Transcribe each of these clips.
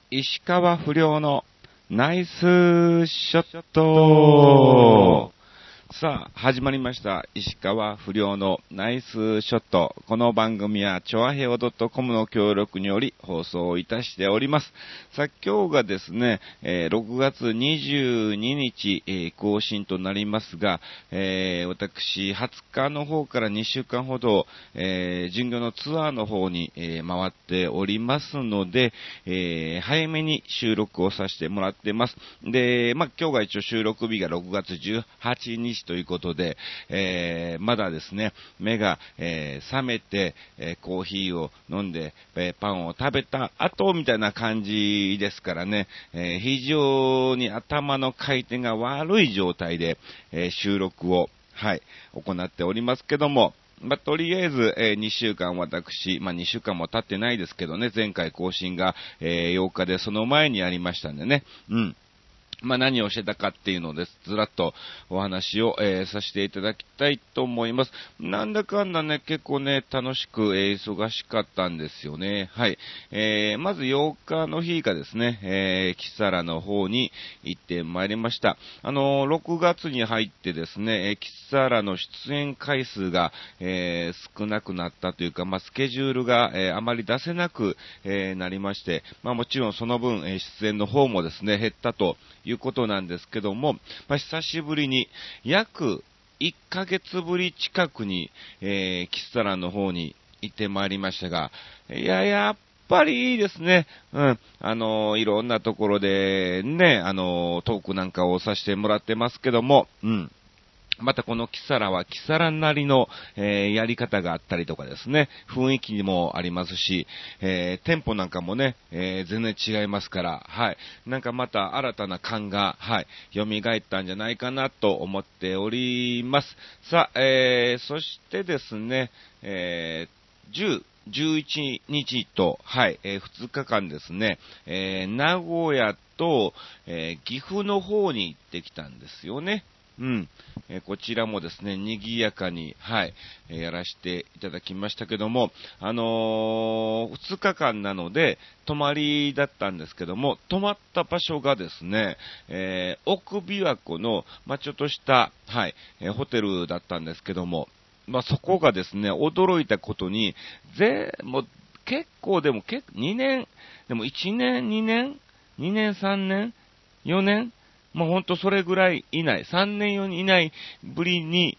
石川不良のナイスショット。さあ、始まりました。石川不良のナイスショット。この番組は、チョアヘオ .com の協力により放送いたしております。さあ、今日がですね、6月22日、更新となりますが、私、20日の方から2週間ほど、巡業のツアーの方に、回っておりますので、早めに収録をさせてもらってます。で、今日が一応収録日が6月18日ということで、まだですね、目が、覚めて、コーヒーを飲んで、パンを食べた後みたいな感じですからね、非常に頭の回転が悪い状態で、収録を、行っておりますけども、とりあえず、2週間私、2週間も経ってないですけどね、前回更新が、8日でその前にありましたんでね、何をしてたかっていうのをです。ずらっとお話を、させていただきたいと思います。なんだかんだね、結構ね、楽しく、忙しかったんですよね。はい。まず8日の日がですね、キサラの方に行ってまいりました。6月に入ってですね、キサラの出演回数が、少なくなったというか、スケジュールが、あまり出せなく、なりまして、もちろんその分、出演の方もですね、減ったということなんですけども、久しぶりに約1ヶ月ぶり近くに、キサラの方に行ってまいりましたが、やっぱりいいですね。いろんなところでね、トークなんかをさせてもらってますけども、またこのキサラはキサラなりの、やり方があったりとかですね、雰囲気にもありますし、テンポなんかもね、全然違いますから、なんかまた新たな感が、蘇ったんじゃないかなと思っております。さあ、そしてですね、10、11日と、2日間ですね、名古屋と、岐阜の方に行ってきたんですよね。こちらもですね、賑やかに、やらせていただきましたけども、2日間なので、泊まりだったんですけども、泊まった場所がですね、奥琵琶湖の、ちょっとした、ホテルだったんですけども、そこがですね、驚いたことに、もう結構でも、2年、でも1年、2年、2年、3年、4年、ほんとそれぐらい以内、3年4年以内ぶりに、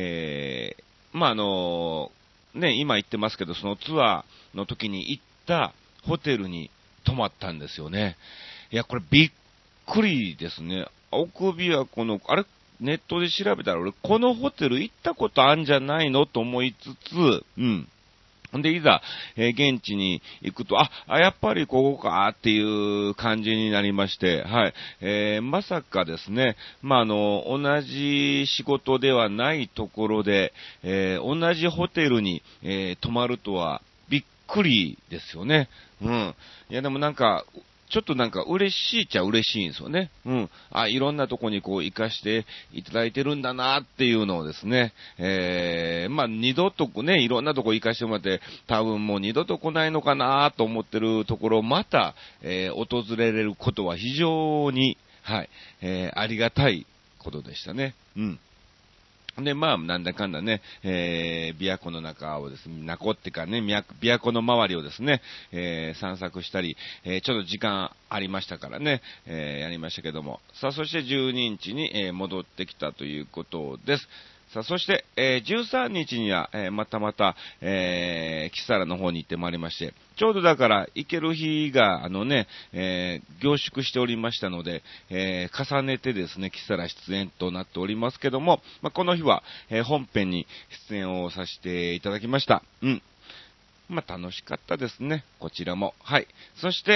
今言ってますけど、そのツアーの時に行ったホテルに泊まったんですよね。いや、これびっくりですね。奥琵琶湖の、ネットで調べたら俺、このホテル行ったことあるんじゃないのと思いつつ、で、いざ、現地に行くと、やっぱりここかっていう感じになりまして、まさかですね、同じ仕事ではないところで、同じホテルに、泊まるとは、びっくりですよね。いや、でもなんか、ちょっとなんか嬉しいっちゃ嬉しいんですよね。いろんなとこにこう活かしていただいてるんだなっていうのをですね、二度とね、いろんなとこ活かしてもらって、多分もう二度と来ないのかなと思ってるところをまた、訪れれることは非常に、ありがたいことでしたね。で、なんだかんだね、琵琶湖の中をですね、琵琶湖の周りをですね、散策したり、ちょっと時間ありましたからね、やりましたけども。さあ、そして12日に、戻ってきたということです。さあ、そして、13日には、また、キサラの方に行ってまいりまして、ちょうどだから行ける日が、凝縮しておりましたので、重ねてですね、キサラ出演となっておりますけども、この日は、本編に出演をさせていただきました。楽しかったですね。こちらも。そして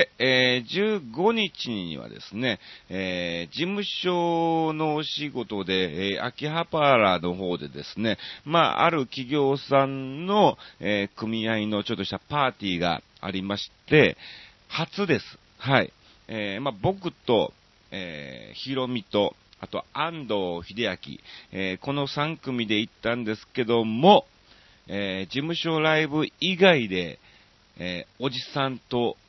、15日にはですね、事務所のお仕事で、秋葉原の方でですね、ある企業さんの、組合のちょっとしたパーティーがありまして、初です。僕と、ひろみと、あと安藤秀明、この3組で行ったんですけども、事務所ライブ以外で、おじさんと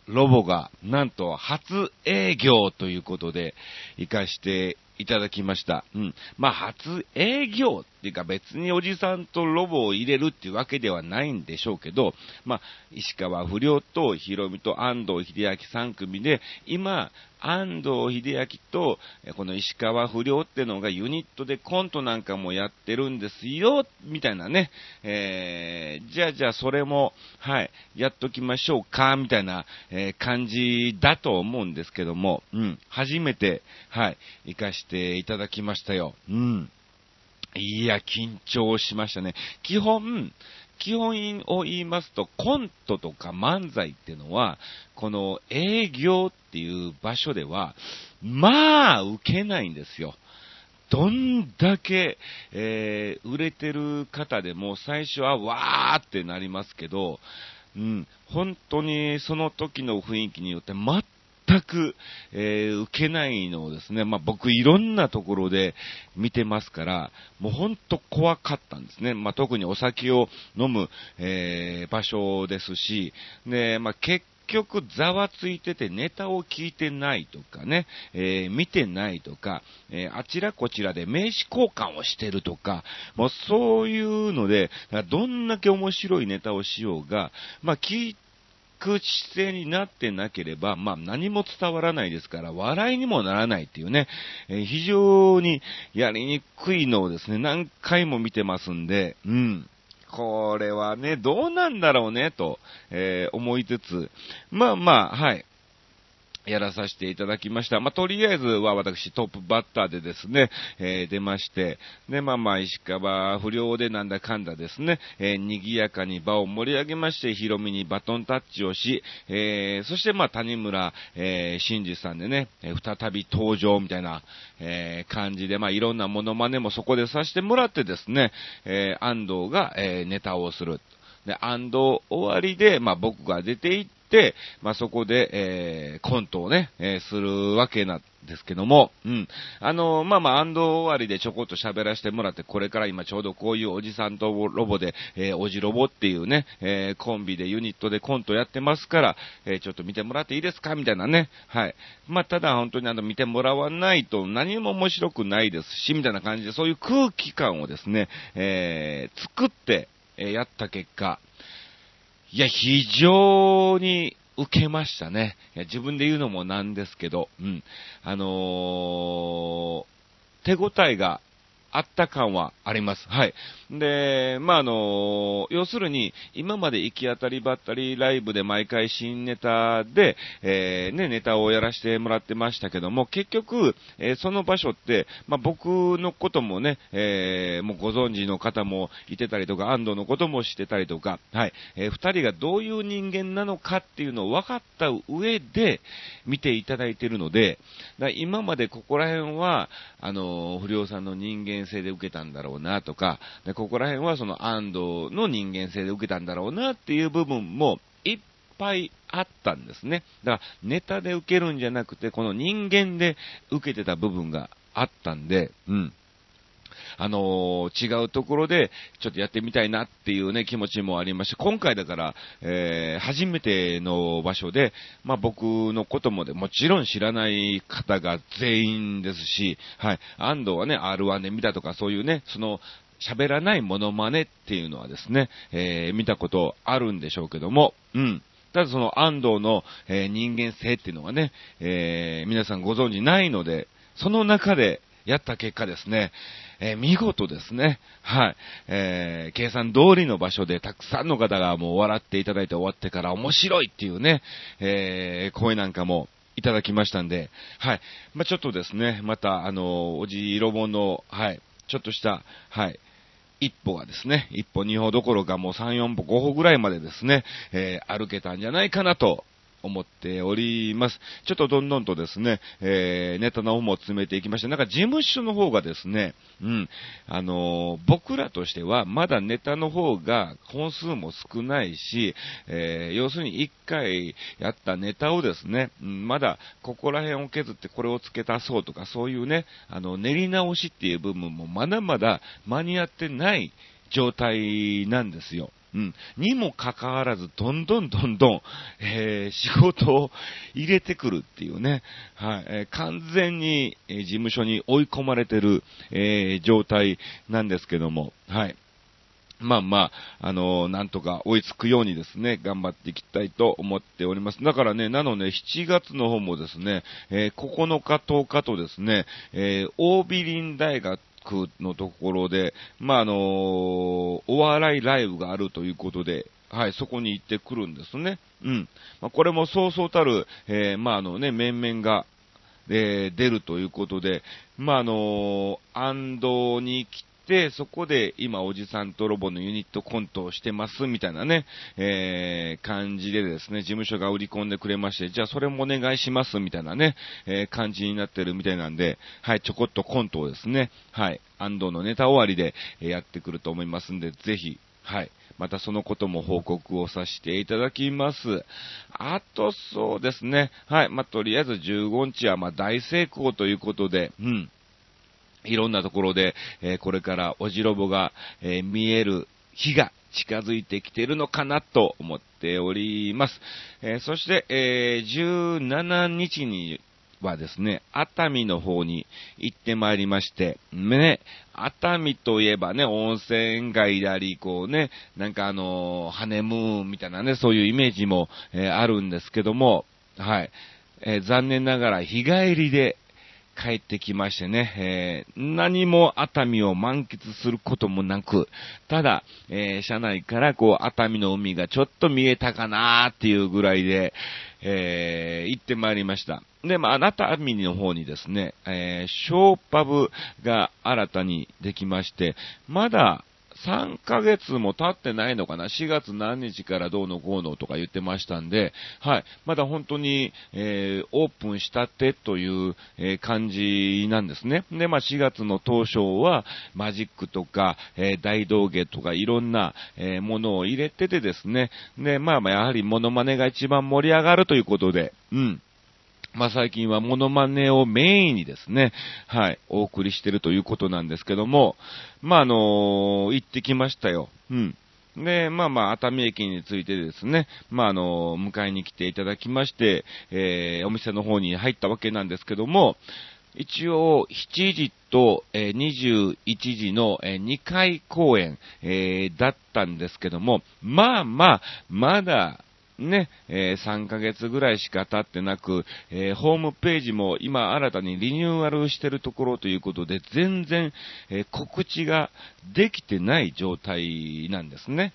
ロボが、なんと初営業ということで、行かしていただきました。まあ、初営業っていうか別におじさんとロボを入れるっていうわけではないんでしょうけど、まあ、石川不良とヒロミと安藤秀明3組で、今、安藤秀明と、この石川不良ってのがユニットでコントなんかもやってるんですよ、みたいなね。じゃあそれも、はい、やっときましょうか、みたいな、感じだと思うんですけども、初めて、はい、行かしていただきましたよ。いや、緊張しましたね。基本を言いますと、コントとか漫才っていうのは、この営業っていう場所では、まあ、受けないんですよ。どんだけ、売れてる方でも最初はわーってなりますけど、本当にその時の雰囲気によって全く、受けないのをですね、まあ僕いろんなところで見てますから、もう本当怖かったんですね。まあ特にお酒を飲む、場所ですし、で、まあ結局ざわついててネタを聞いてないとかね、見てないとか、あちらこちらで名刺交換をしてるとか、もうそういうので、どんだけ面白いネタをしようが、まあ聞いく姿勢になってなければ、まあ何も伝わらないですから、笑いにもならないっていうね、非常にやりにくいのをですね、何回も見てますんで、これはね、どうなんだろうね、と、思いつつ、はい。やらさせていただきました。まあ、とりあえずは私トップバッターでですね、出まして、で、石川不良でなんだかんだですね、賑やかに場を盛り上げまして、ヒロミにバトンタッチをし、そして谷村、新司さんでね、再び登場みたいな、感じで、いろんなモノマネもそこでさせてもらってですね、安藤が、ネタをする。で、安藤終わりで、僕が出て行って、そこで、コントをね、するわけなんですけども、安藤終わりでちょこっと喋らせてもらって、これから今ちょうどこういうおじさんとロボで、おじロボっていうね、コンビでユニットでコントやってますから、ちょっと見てもらっていいですかみたいなね。はい。ただ本当に見てもらわないと何も面白くないですし、みたいな感じで、そういう空気感をですね、作って、やった結果、いや、非常に受けましたね。いや、自分で言うのもなんですけど、手応えがあった感はあります。はい。で、要するに、今まで行き当たりばったりライブで毎回新ネタで、ネタをやらせてもらってましたけども、結局、その場所って、僕のこともね、もうご存知の方もいてたりとか、安藤のこともしてたりとか、はい。二人がどういう人間なのかっていうのを分かった上で見ていただいているので、今までここら辺は、不良さんの人間性で受けたんだろうなとか、でここら辺はその安藤の人間性で受けたんだろうなっていう部分もいっぱいあったんですね。だからネタで受けるんじゃなくて、この人間で受けてた部分があったんで、違うところでちょっとやってみたいなっていうね、気持ちもありまして、今回だから、初めての場所で、僕のことももちろん知らない方が全員ですし、はい、安藤はね、R1 で見たとかそういうね、喋らないモノマネっていうのはですね、見たことあるんでしょうけども、ただその安藤の、人間性っていうのはね、皆さんご存知ないので、その中でやった結果ですね、見事ですね。はい。計算通りの場所でたくさんの方がもう笑っていただいて終わってから面白いっていうね、声なんかもいただきましたんで、はい。ちょっとですね、またおじロボの、はい、ちょっとした、はい、一歩がですね、一歩二歩どころかもう3、4歩、5歩ぐらいまでですね、歩けたんじゃないかなと思っております。ちょっとどんどんとですね、ネタの方も詰めていきまして、なんか事務所の方がですね、僕らとしてはまだネタの方が本数も少ないし、要するに1回やったネタをですね、まだここら辺を削ってこれを付け足そうとか、そういうね、練り直しっていう部分もまだまだ間に合ってない状態なんですよ。 にもかかわらず、どんどん、仕事を入れてくるっていうね。はい。完全に、事務所に追い込まれてる、状態なんですけども、はい。なんとか追いつくようにですね、頑張っていきたいと思っております。だからね、7月の方もですね、9日、10日とですね、桜美林大学のところで、お笑いライブがあるということで、はい、そこに行ってくるんですね。これもそうそうたる、面々が、出るということで、安藤に来て、そこで今おじさんとロボのユニットコントをしてますみたいなね、感じでですね、事務所が売り込んでくれまして、じゃあそれもお願いしますみたいなね、感じになってるみたいなんで、はい、ちょこっとコントをですね、はい、安藤のネタ終わりでやってくると思いますんで、ぜひ、はい。またそのことも報告をさせていただきます。あと、そうですね。はい。とりあえず15日は大成功ということで、いろんなところで、これからおじろぼが、見える日が近づいてきているのかなと思っております。そして、17日にはですね、熱海の方に行ってまいりまして、ね、熱海といえばね、温泉街であり、ハネムーンみたいなね、そういうイメージも、あるんですけども、はい。残念ながら日帰りで帰ってきましてね、何も熱海を満喫することもなく、ただ、車内から熱海の海がちょっと見えたかなーっていうぐらいで、行ってまいりました。で、熱海の方にですね、ショーパブが新たにできまして、まだ3ヶ月も経ってないのかな、4月何日からどうのこうのとか言ってましたんで、はい、まだ本当に、オープンしたてという、感じなんですね。で、4月の当初は、マジックとか、大道芸とかいろんな、ものを入れててですね、で、やはりモノマネが一番盛り上がるということで、最近はモノマネをメインにですね、はい、お送りしてるということなんですけども、行ってきましたよ。で、熱海駅についてですね、迎えに来ていただきまして、お店の方に入ったわけなんですけども、一応、7時と、21時の、2回公演、だったんですけども、まだ、ね、3ヶ月ぐらいしか経ってなく、ホームページも今新たにリニューアルしてるところということで、全然、告知ができてない状態なんですね。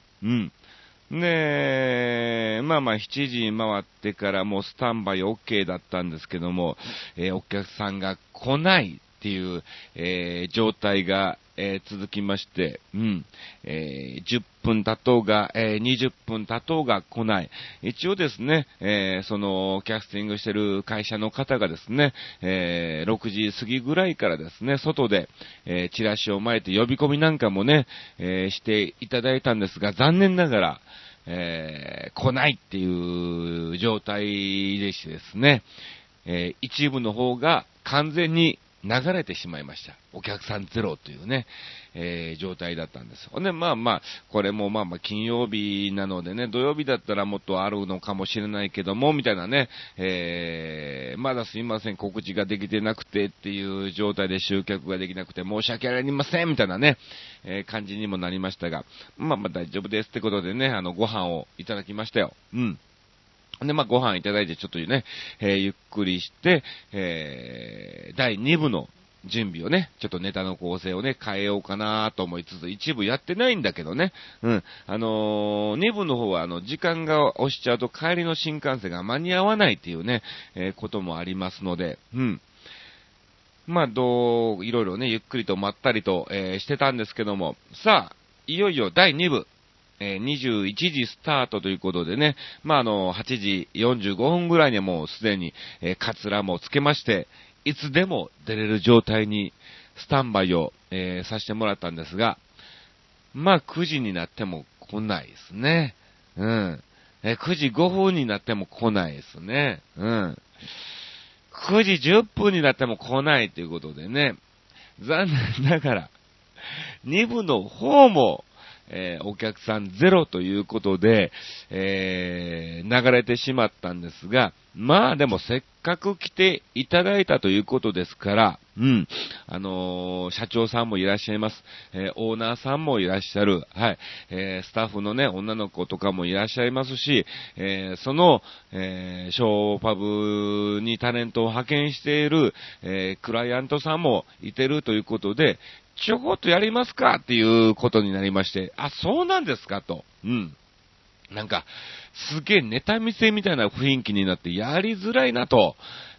で、7時回ってからもうスタンバイ OK だったんですけども、お客さんが来ないっていう、状態が、続きまして、10分経とうが、20分経とうが来ない。一応ですね、その、キャスティングしてる会社の方がですね、6時過ぎぐらいからですね、外で、チラシを巻いて呼び込みなんかもね、していただいたんですが、残念ながら、来ないっていう状態でしてですね、一部の方が完全に流れてしまいました。お客さんゼロというね、状態だったんです。で、これも金曜日なのでね、土曜日だったらもっとあるのかもしれないけども、みたいなね、まだすいません、告知ができてなくてっていう状態で集客ができなくて申し訳ありません、みたいなね、感じにもなりましたが、大丈夫ですってことでね、ご飯をいただきましたよ。で、ご飯いただいてちょっとね、ゆっくりして、第2部の準備をね、ちょっとネタの構成をね、変えようかなと思いつつ、一部やってないんだけどね、2部の方は時間が押しちゃうと帰りの新幹線が間に合わないっていうね、こともありますので、いろいろね、ゆっくりとまったりと、してたんですけども、さあ、いよいよ第2部、21時スタートということでね、8時45分ぐらいにはもうすでに、カツラもつけまして、いつでも出れる状態にスタンバイを、させてもらったんですが、9時になっても来ないですね。9時5分になっても来ないですね。9時10分になっても来ないということでね、残念ながら、2部の方も、 お客さんゼロということで、流れてしまったんですが、まあでもせっかく来ていただいたということですから、社長さんもいらっしゃいます。オーナーさんもいらっしゃる。はい。スタッフのね、女の子とかもいらっしゃいますし、その、ショーパブにタレントを派遣している、クライアントさんもいてるということで、ちょこっとやりますかっていうことになりまして、あ、そうなんですかと。なんか、すげえネタ見せみたいな雰囲気になってやりづらいなと、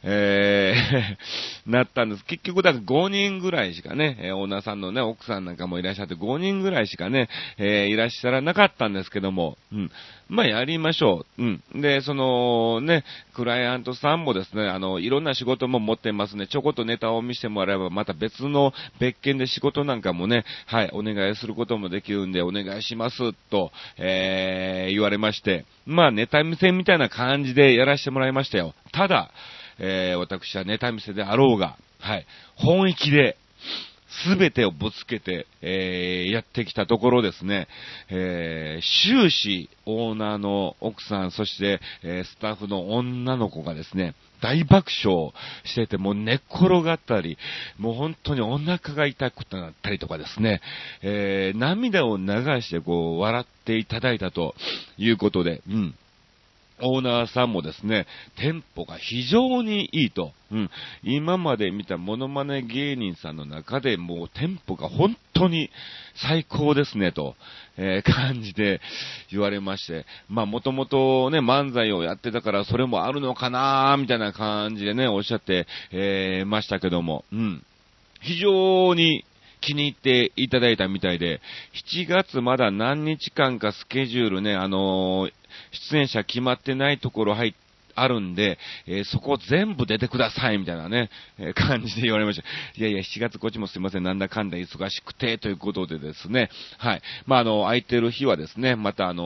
なったんです。結局だから5人ぐらいしかね、オーナーさんのね、奥さんなんかもいらっしゃって5人ぐらいしかね、いらっしゃらなかったんですけども、まあやりましょう。で、そのね、クライアントさんもですね、いろんな仕事も持ってますね。ちょこっとネタを見せてもらえば、また別の別件で仕事なんかもね、はい、お願いすることもできるんで、お願いします、と、言われまして、まあネタ見せみたいな感じでやらせてもらいましたよ。ただ、私はネタ見せであろうが、はい、本気で、すべてをぶつけて、やってきたところですね、終始、オーナーの奥さん、そして、スタッフの女の子がですね、大爆笑してて、もう寝っ転がったり、もう本当にお腹が痛くなったりとかですね、涙を流してこう、笑っていただいたということで、オーナーさんもですね、テンポが非常にいいと。今まで見たモノマネ芸人さんの中でもうテンポが本当に最高ですね、と、感じで言われまして。まあもともとね、漫才をやってたからそれもあるのかなみたいな感じでね、おっしゃって、ましたけども、非常に気に入っていただいたみたいで、7月まだ何日間かスケジュールね、出演者決まってないところあるんで、そこ全部出てくださいみたいなね、感じで言われました。いやいや、7月こっちもすいません、なんだかんだ忙しくてということでですね、はい。まあ、空いてる日はですね、またはい、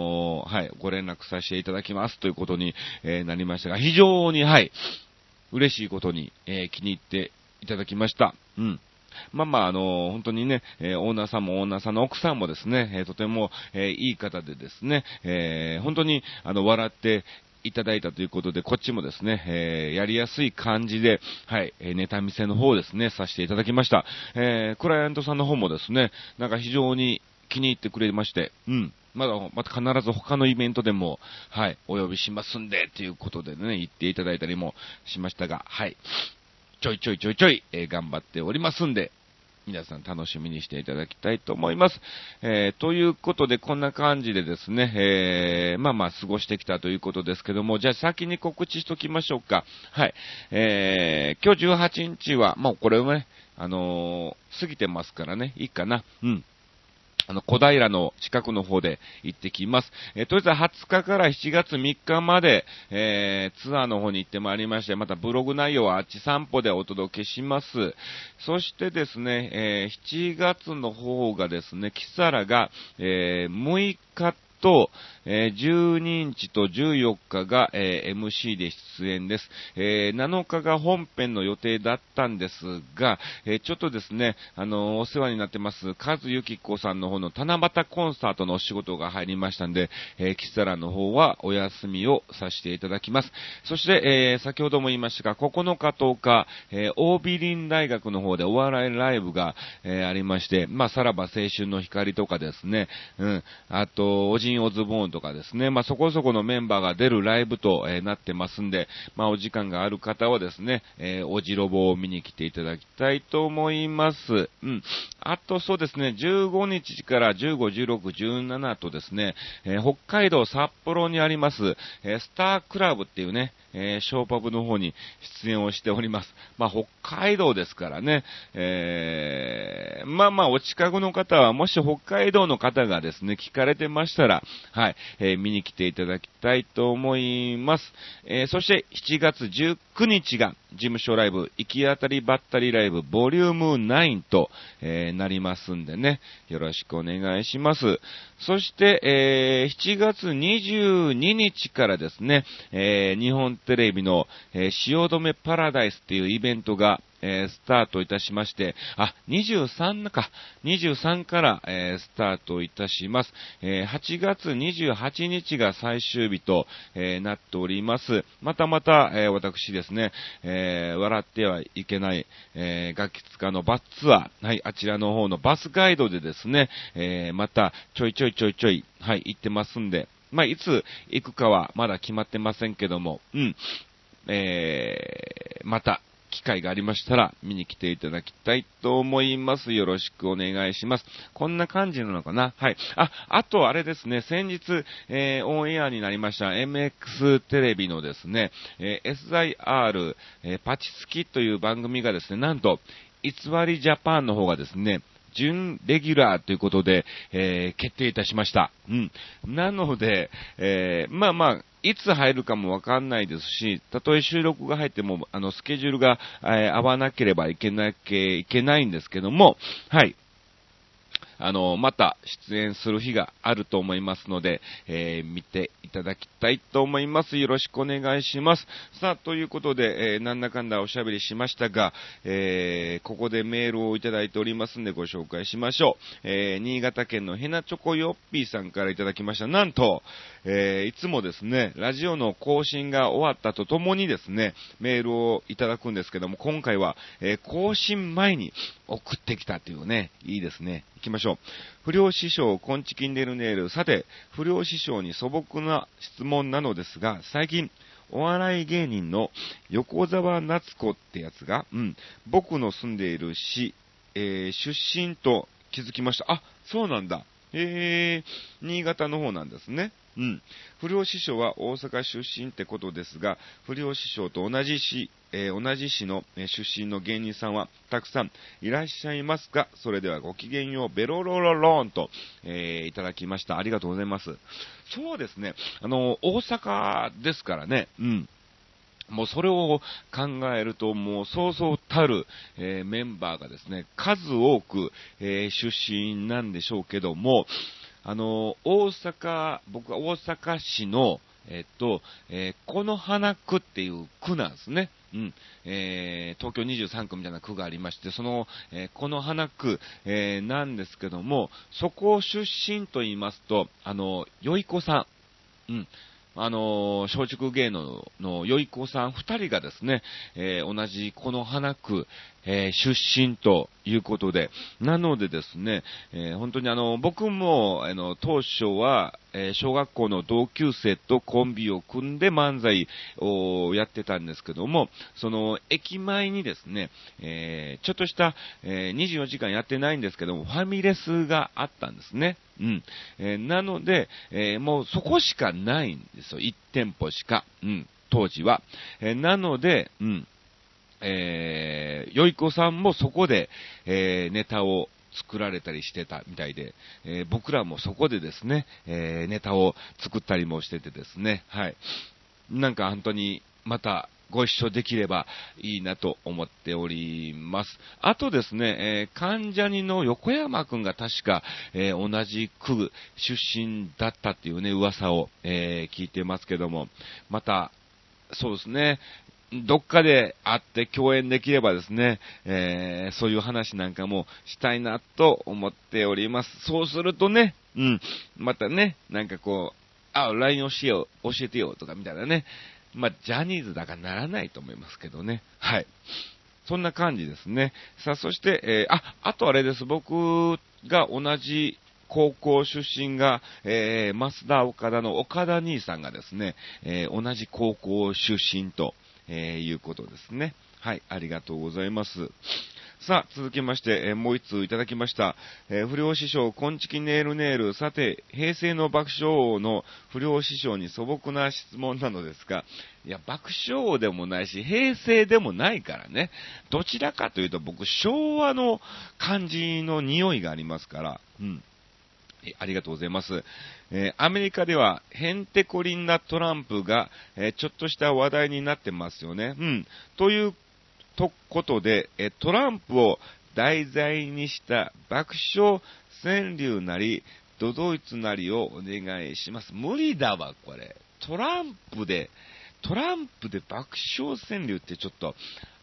ご連絡させていただきますということに、なりましたが、非常に、はい、嬉しいことに、気に入っていただきました。本当にね、オーナーさんもオーナーさんの奥さんもですね、とても、いい方でですね、本当に、笑っていただいたということで、こっちもですね、やりやすい感じで、はい、ネタ見せの方ですね、させていただきました。クライアントさんの方もですね、なんか非常に気に入ってくれまして、また必ず他のイベントでも、はい、お呼びしますんで、ということでね、言っていただいたりもしましたが、はい。ちょい、頑張っておりますんで、皆さん楽しみにしていただきたいと思います。ということで、こんな感じでですね、過ごしてきたということですけども、じゃあ先に告知しときましょうか。はい。今日18日は、もうこれをね、過ぎてますからね、いいかな。小平の近くの方で行ってきます。とりあえず20日から7月3日まで、ツアーの方に行ってまいりまして、またブログ内容はあっち散歩でお届けします。そしてですね、7月の方がですね、キサラが、6日と、12日と14日が、MC で出演です。7日が本編の予定だったんですが、ちょっとですね、お世話になってます、カズユキコさんの方の七夕コンサートのお仕事が入りましたんで、キサラの方はお休みをさせていただきます。そして、先ほども言いましたが、9日10日、オービリン大学の方でお笑いライブが、ありまして、さらば青春の光とかですね、あと、オジンオズボーンとかですね、そこそこのメンバーが出るライブと、なってますんで、お時間がある方はですね、オジロボを見に来ていただきたいと思います。あとそうですね、15日から15、16、17とですね、北海道札幌にあります、スタークラブっていうね、ショーパブの方に出演をしております。北海道ですからね、お近くの方は、もし北海道の方がですね、聞かれてましたら、はい、見に来ていただきたいと思います。そして7月19日が事務所ライブ、行き当たりばったりライブボリューム9と、なりますんでね、よろしくお願いします。そして、7月22日からですね、日本テレビの、汐留パラダイスっていうイベントがスタートいたしまして、23から、スタートいたします。8月28日が最終日と、なっております。また、私ですね、笑ってはいけない、ガキツカのバスツアー、はい、あちらの方のバスガイドでですね、また、ちょい、はい、行ってますんで、いつ行くかはまだ決まってませんけども、また、機会がありましたら見に来ていただきたいと思います。よろしくお願いします。こんな感じなのかな。はい。あとあれですね、先日、オンエアになりました MX テレビのですね、SIR、パチスキという番組がですね、なんと、偽りジャパンの方がですね、準レギュラーということで、決定いたしました。なので、いつ入るかもわかんないですし、たとえ収録が入っても、スケジュールが、合わなければいけないんですけども、はい。また出演する日があると思いますので、見ていただきたいと思います。よろしくお願いします。さあ、ということで、なんだかんだおしゃべりしましたが、ここでメールをいただいておりますんでご紹介しましょう。新潟県のヘナチョコヨッピーさんからいただきました。なんと、いつもですね、ラジオの更新が終わったとともにですね、メールをいただくんですけども、今回は、更新前に送ってきたというね、いいですね。行きましょう。不良師匠、コンチキンデルネール。さて、不良師匠に素朴な質問なのですが、最近、お笑い芸人の横澤夏子ってやつが、僕の住んでいる市、出身と気づきました。あ、そうなんだ。新潟の方なんですね。不良師匠は大阪出身ってことですが、不良師匠と同じ市の出身の芸人さんはたくさんいらっしゃいますが、それではごきげんよう、ベロロロローンと、いただきました。ありがとうございます。そうですね。大阪ですからね。もうそれを考えると、もうそうそうたる、メンバーがですね、数多く、出身なんでしょうけども、僕は大阪市の、この花区っていう区なんですね。東京23区みたいな区がありまして、その、この花区、なんですけども、そこ出身と言いますと、よいこさん。松竹芸能のよいこさん2人がですね、同じこの花区、出身ということで、なのでですね、本当に僕も、当初は、小学校の同級生とコンビを組んで漫才をやってたんですけども、その駅前にですね、ちょっとした、24時間やってないんですけども、ファミレスがあったんですね。なので、もうそこしかないんですよ。1店舗しか。当時は。なので、よいこさんもそこで、ネタを作られたりしてたみたいで、僕らもそこでですね、ネタを作ったりもしててですね、はい。なんか本当にまたご一緒できればいいなと思っております。あとですね、関ジャニの横山くんが確か、同じ区出身だったっていうね、噂を、聞いてますけども、また、そうですね、どっかで会って共演できればですね、そういう話なんかもしたいなと思っております。そうするとね、またね、なんかこう、LINE 教えてよとかみたいなね、ジャニーズだからならないと思いますけどね。はい。そんな感じですね。さあ、そして、あとあれです。僕が同じ高校出身が、増田岡田の岡田兄さんがですね、同じ高校出身と、いうことですね。はい、ありがとうございます。さあ、続きまして、もう一通いただきました。不良師匠、こんちきネールネール。さて、平成の爆笑王の不良師匠に素朴な質問なのですが、いや、爆笑王でもないし、平成でもないからね。どちらかというと、僕、昭和の感じの匂いがありますから、ありがとうございます。アメリカではヘンテコリンなトランプが、ちょっとした話題になってますよね。ということで、トランプを題材にした爆笑川柳なり、都々逸なりをお願いします。無理だわ、これ。トランプで爆笑川柳ってちょっと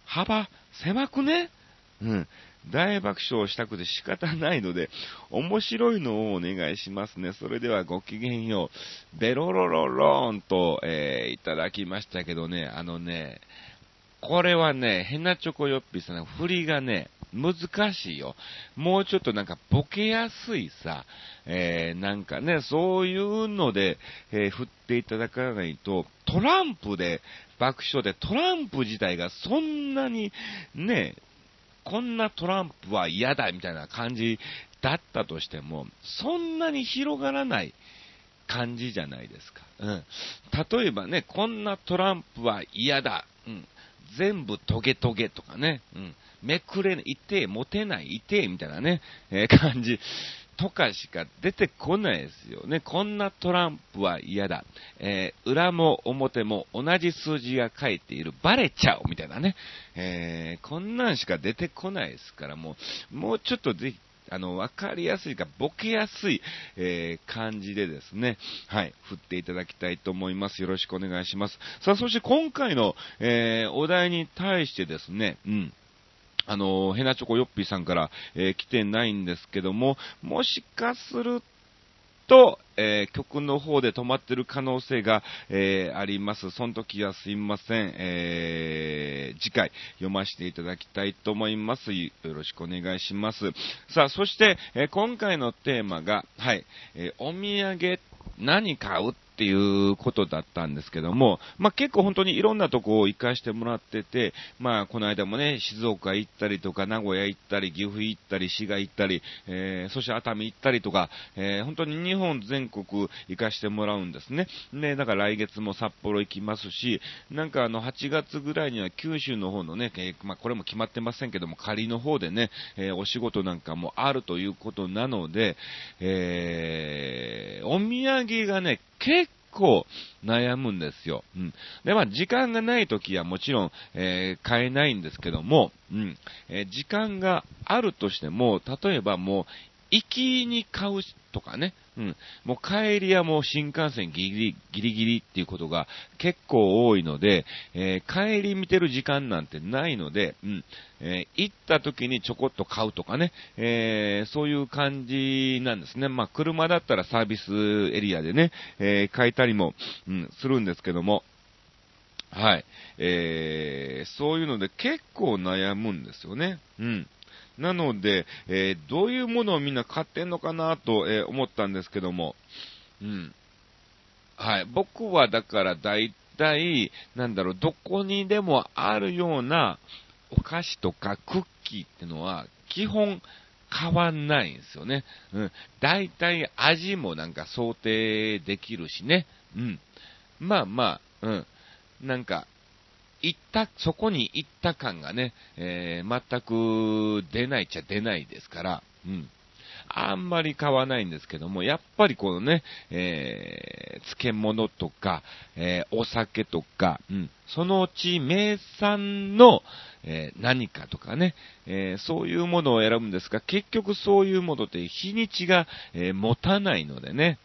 幅狭くね。大爆笑したくて仕方ないので、面白いのをお願いしますね。それではごきげんよう。ベロロロローンと、いただきましたけどね、これはね、ヘナチョコヨッピーさんの振りがね、難しいよ。もうちょっとなんかボケやすいさ、なんかね、そういうので、振っていただかないと、トランプで爆笑で、トランプ自体がそんなにね、こんなトランプは嫌だみたいな感じだったとしても、そんなに広がらない感じじゃないですか。例えばね、こんなトランプは嫌だ。全部トゲトゲとかね。めくれない、痛え、持てない、痛え、みたいなね、感じとかしか出てこないですよね。こんなトランプは嫌だ。裏も表も同じ数字が書いている。バレちゃうみたいなね。こんなんしか出てこないですから、もうちょっとぜひ、わかりやすいか、ボケやすい、感じでですね、はい、振っていただきたいと思います。よろしくお願いします。さあ、そして今回の、お題に対してですね、ヘナチョコヨッピーさんから、来てないんですけども、もしかすると、曲の方で止まってる可能性が、あります。その時はすいません。次回読ませていただきたいと思います。よろしくお願いします。さあ、そして、今回のテーマが、はい、お土産何買うっていうことだったんですけども、結構本当にいろんなとこを行かしてもらってて、この間もね、静岡行ったりとか、名古屋行ったり、岐阜行ったり、滋賀行ったり、そして熱海行ったりとか、本当に日本全国行かしてもらうんですね。で、だから来月も札幌行きますし、なんか8月ぐらいには九州の方のね、これも決まってませんけども、仮の方でね、お仕事なんかもあるということなので、お土産がね、結構悩むんですよ。で、時間がないときはもちろん、買えないんですけども、時間があるとしても、例えばもう、行きに買うとかね、もう帰りはもう新幹線ギリギリっていうことが結構多いので、帰り見てる時間なんてないので、行った時にちょこっと買うとかね、そういう感じなんですね。車だったらサービスエリアでね、買えたりも、するんですけども、はい、そういうので結構悩むんですよね。なので、どういうものをみんな買ってんのかなと、思ったんですけども、はい。僕はだから大体、どこにでもあるようなお菓子とかクッキーってのは基本変わんないんですよね。大体味もなんか想定できるしね。なんか、そこに行った感がね、全く出ないっちゃ出ないですから、あんまり買わないんですけども、やっぱりこのね、漬物とか、お酒とか、そのうち名産の、何かとかね、そういうものを選ぶんですが、結局そういうものって日にちが、持たないのでね、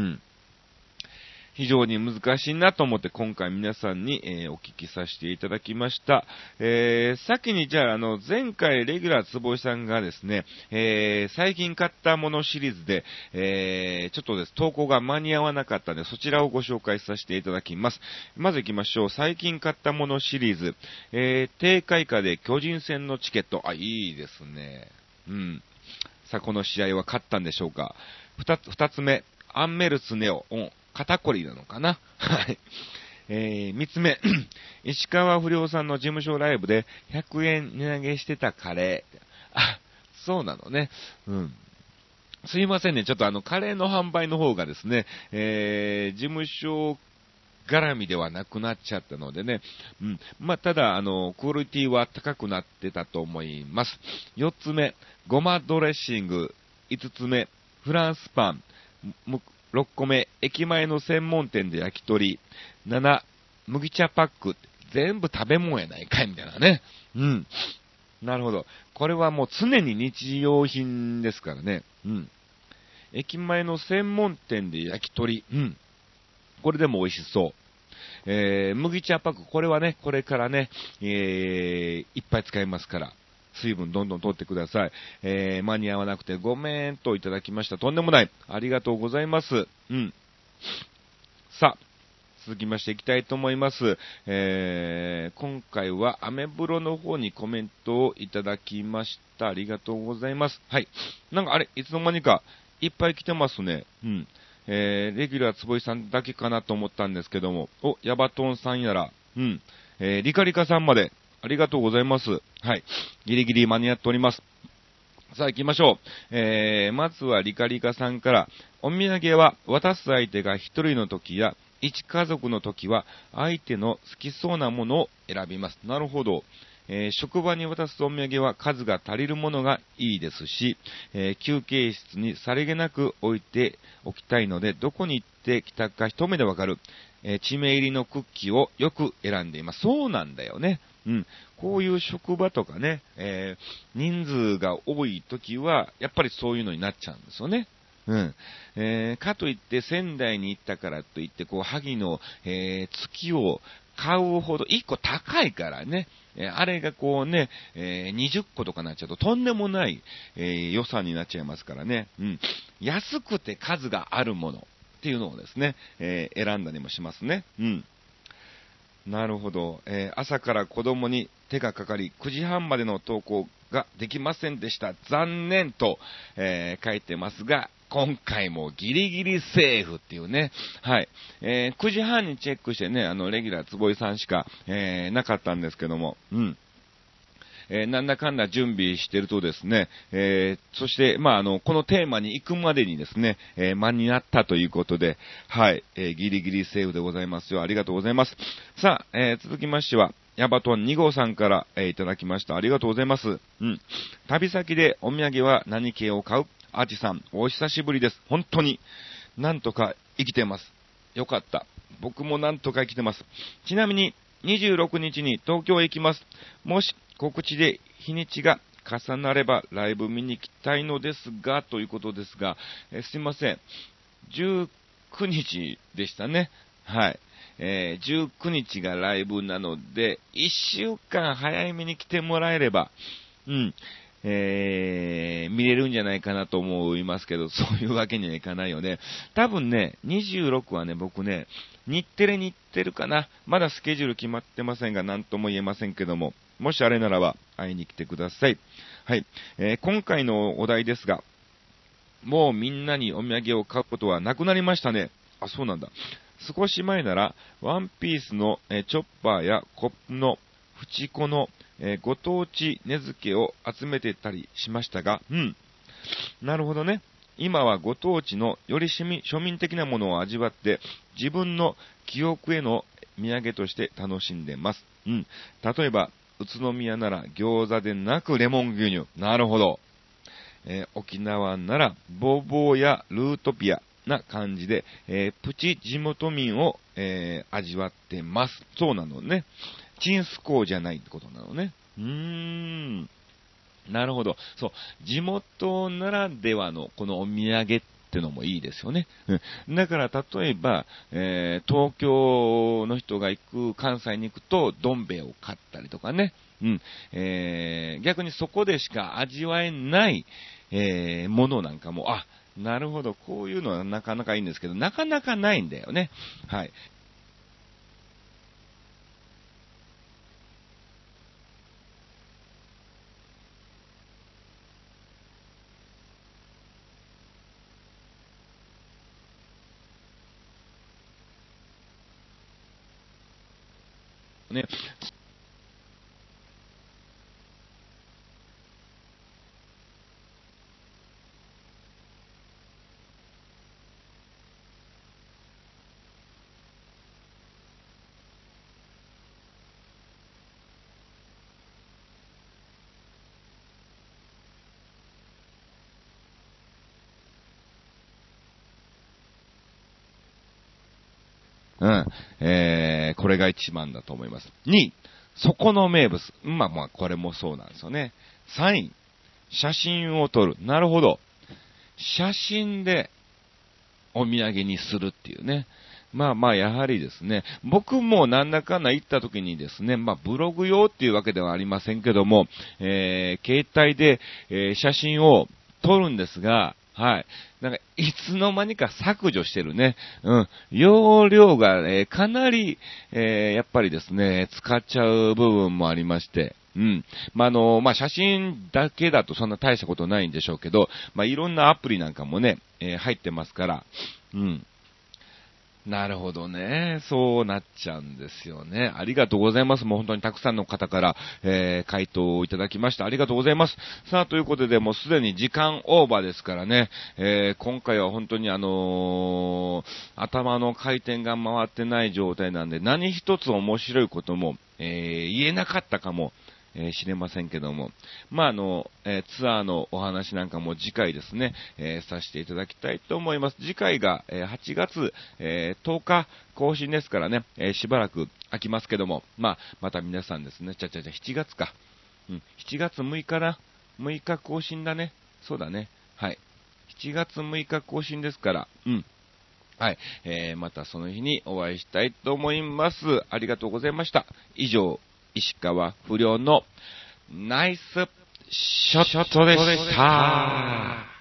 非常に難しいなと思って今回皆さんに、お聞きさせていただきました。先にじゃあ、前回レギュラーつぼいさんがですね、最近買ったものシリーズで、ちょっとです、投稿が間に合わなかったので、そちらをご紹介させていただきます。まず行きましょう。最近買ったものシリーズ。低開価で巨人戦のチケット。いいですね。さあ、この試合は勝ったんでしょうか。二つ目、アンメルスネオ。肩こりなのかなはい。三つ目、石川不良さんの事務所ライブで100円値上げしてたカレー。そうなのね。すいませんね。ちょっとカレーの販売の方がですね、事務所絡みではなくなっちゃったのでね。ただ、クオリティは高くなってたと思います。4つ目、ごまドレッシング。5つ目、フランスパン。6個目、駅前の専門店で焼き鳥。7、麦茶パック。全部食べ物やないかいみたいなね。なるほど。これはもう常に日用品ですからね。駅前の専門店で焼き鳥。これでも美味しそう。 麦茶パック、これはね、これからね、いっぱい使いますから、水分どんどん取ってください。間に合わなくてごめんといただきました。とんでもない。ありがとうございます。うん。さあ、続きましていきたいと思います。今回はアメブロの方にコメントをいただきました。ありがとうございます。はい。なんかあれ、いつの間にかいっぱい来てますね。うん。レギュラー坪井さんだけかなと思ったんですけども、ヤバトンさんやら、うん。リカリカさんまで、ありがとうございます。はい。ギリギリ間に合っております。さあ行きましょう。まずはリカリカさんから、お土産は渡す相手が一人の時や、一家族の時は相手の好きそうなものを選びます。なるほど。職場に渡すお土産は数が足りるものがいいですし、休憩室にさりげなく置いておきたいので、どこに行ってきたか一目でわかる、地名入りのクッキーをよく選んでいます。そうなんだよね。うん。こういう職場とかね、人数が多い時は、やっぱりそういうのになっちゃうんですよね。うん。かといって仙台に行ったからといって、こう、萩の、月を買うほど、1個高いからね、あれがこうね、20個とかなっちゃうととんでもない、予算になっちゃいますからね。うん。安くて数があるものっていうのをですね、選んだりもしますね。うん。なるほど。朝から子供に手がかかり、9時半までの登校ができませんでした。残念と、書いてますが、今回もギリギリセーフっていうね。はい。9時半にチェックしてね、レギュラー坪井さんしか、なかったんですけども、うん。なんだかんだ準備してるとですね、そして、このテーマに行くまでにですね、間に合ったということで、はい、ギリギリセーフでございますよ。ありがとうございます。さあ、続きましては、ヤバトン2号さんから、いただきました。ありがとうございます。うん。旅先でお土産は何系を買う？アーチさん、お久しぶりです。本当に、なんとか生きてます。よかった。僕もなんとか生きてます。ちなみに、26日に東京へ行きます。もし告知で日にちが重なればライブ見に行きたいのですが、ということですが、すいません。19日でしたね。はい。19日がライブなので、1週間早めに来てもらえれば、うん、見れるんじゃないかなと思いますけど、そういうわけにはいかないよね。多分ね、26はね、僕ね、日テレに行ってるかな。まだスケジュール決まってませんが、なんとも言えませんけども、もしあれならば会いに来てください。はい。今回のお題ですが、もうみんなにお土産を買うことはなくなりましたね。あ、そうなんだ。少し前なら、ワンピースの、チョッパーやコップの縁子の、ご当地根付けを集めてたりしましたが、うん。なるほどね。今はご当地のより庶民的なものを味わって、自分の記憶への土産として楽しんでます。うん。例えば、宇都宮なら餃子でなくレモン牛乳。なるほど。沖縄ならボーボーやルートピアな感じで、プチ地元民を、味わってます。そうなのね。チンスコーじゃないってことなのね。なるほど。そう。地元ならではのこのお土産ってのもいいですよね。うん。だから例えば、東京の人が行く、関西に行くと、どん兵衛を買ったりとかね。うん。逆にそこでしか味わえない、ものなんかも、あ、なるほど。こういうのはなかなかいいんですけど、なかなかないんだよね。はい。ね。うん。これが一番だと思います。2位、そこの名物。これもそうなんですよね。3位、写真を撮る。なるほど。写真でお土産にするっていうね。 まあまあ、やはりですね、僕もなんだかんだ行った時にですね、まあ、ブログ用っていうわけではありませんけども、携帯で、写真を撮るんですが、はい。なんか、いつの間にか削除してるね。うん。容量が、かなり、やっぱりですね、使っちゃう部分もありまして、うん。まあ、まあ、写真だけだとそんな大したことないんでしょうけど、まあ、いろんなアプリなんかもね、入ってますから、うん。なるほどね。そうなっちゃうんですよね。ありがとうございます。もう本当にたくさんの方から、回答をいただきました。ありがとうございます。さあ、ということで、もうすでに時間オーバーですからね、今回は本当に頭の回転が回ってない状態なんで、何一つ面白いことも、言えなかったかも、知れませんけども。まあ、ツアーのお話なんかも次回ですね、させていただきたいと思います。次回が、8月、10日更新ですからね、しばらく空きますけども、まあ、また皆さんですね、7月か。うん、7月6日な。6日更新だね。そうだね。はい。7月6日更新ですから、うん。はい。またその日にお会いしたいと思います。ありがとうございました。以上、石川不良のナイスショットでした。